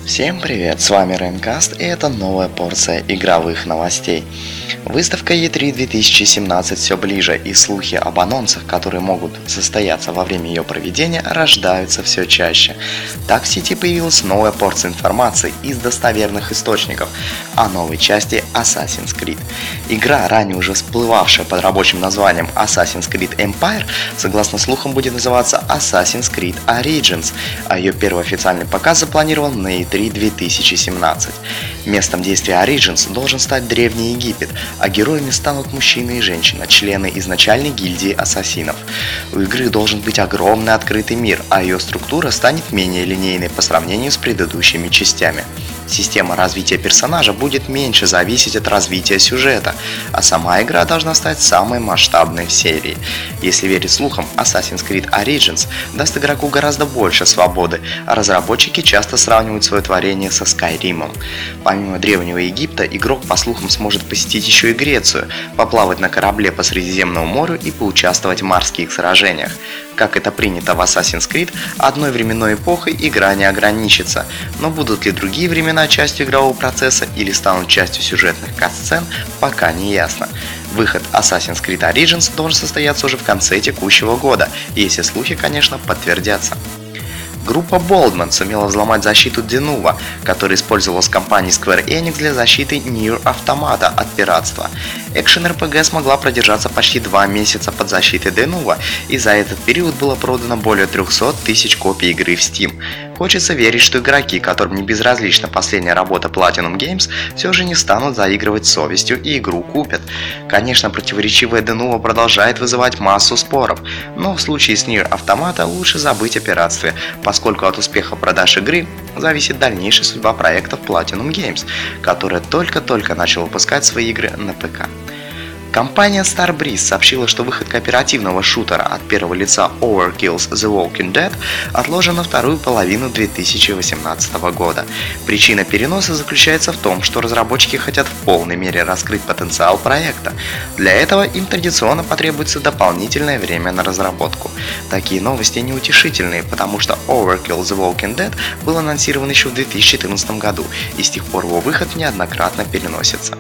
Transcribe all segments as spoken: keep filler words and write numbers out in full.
Всем привет, с вами Рейнкаст, и это новая порция игровых новостей. Выставка и три две тысячи семнадцать все ближе, и слухи об анонсах, которые могут состояться во время ее проведения, рождаются все чаще. Так в сети появилась новая порция информации из достоверных источников о новой части Assassin's Creed. Игра, ранее уже всплывавшая под рабочим названием Assassin's Creed Empire, согласно слухам будет называться Assassin's Creed Origins, а ее первый официальный показ запланирован на и три две тысячи семнадцать. Местом действия Origins должен стать Древний Египет, а героями станут мужчина и женщина, члены изначальной гильдии ассасинов. У игры должен быть огромный открытый мир, а ее структура станет менее линейной по сравнению с предыдущими частями. Система развития персонажа будет меньше зависеть от развития сюжета, а сама игра должна стать самой масштабной в серии. Если верить слухам, Assassin's Creed Origins даст игроку гораздо больше свободы, а разработчики часто сравнивают свое творение со Skyrim. Помимо Древнего Египта, игрок по слухам сможет посетить еще и Грецию, поплавать на корабле по Средиземному морю и поучаствовать в морских сражениях. Как это принято в Assassin's Creed, одной временной эпохой игра не ограничится, но будут ли другие времена частью игрового процесса или станут частью сюжетных кат-сцен, пока не ясно. Выход Assassin's Creed Origins должен состояться уже в конце текущего года, если слухи, конечно, подтвердятся. Группа Boldman сумела взломать защиту Denuvo, которая использовалась компанией Square Enix для защиты Nier Automata от пиратства. Экшен-эр пи джи смогла продержаться почти два месяца под защитой Denuvo, и за этот период было продано более трехсот тысяч копий игры в Steam. Хочется верить, что игроки, которым не безразлична последняя работа Platinum Games, все же не станут заигрывать с совестью и игру купят. Конечно, противоречивая Denuvo продолжает вызывать массу споров, но в случае с Nier Automata лучше забыть о пиратстве, поскольку от успеха продаж игры зависит дальнейшая судьба проектов Platinum Games, которая только-только начала выпускать свои игры на ПК. Компания Starbreeze сообщила, что выход кооперативного шутера от первого лица Overkill's The Walking Dead отложен на вторую половину две тысячи восемнадцатого года. Причина переноса заключается в том, что разработчики хотят в полной мере раскрыть потенциал проекта. Для этого им традиционно потребуется дополнительное время на разработку. Такие новости неутешительные, потому что Overkill The Walking Dead был анонсирован еще в две тысячи четырнадцатом году, и с тех пор его выход неоднократно переносится.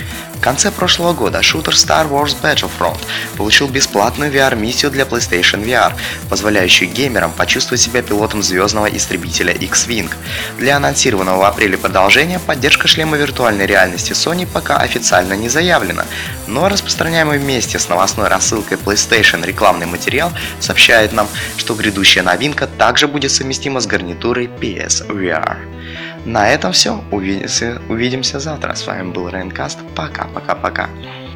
В конце прошлого года шутер Star Wars Battlefront получил бесплатную ви ар-миссию для PlayStation ви ар, позволяющую геймерам почувствовать себя пилотом звездного истребителя X-Wing. Для анонсированного в апреле продолжения поддержка шлема виртуальной реальности Sony пока официально не заявлена, но распространяемый вместе с новостной рассылкой PlayStation рекламный материал сообщает нам, что грядущая новинка также будет совместима с гарнитурой пи эс ви ар. На этом все. Увидимся, увидимся завтра. С вами был Рейнкаст. Пока-пока-пока.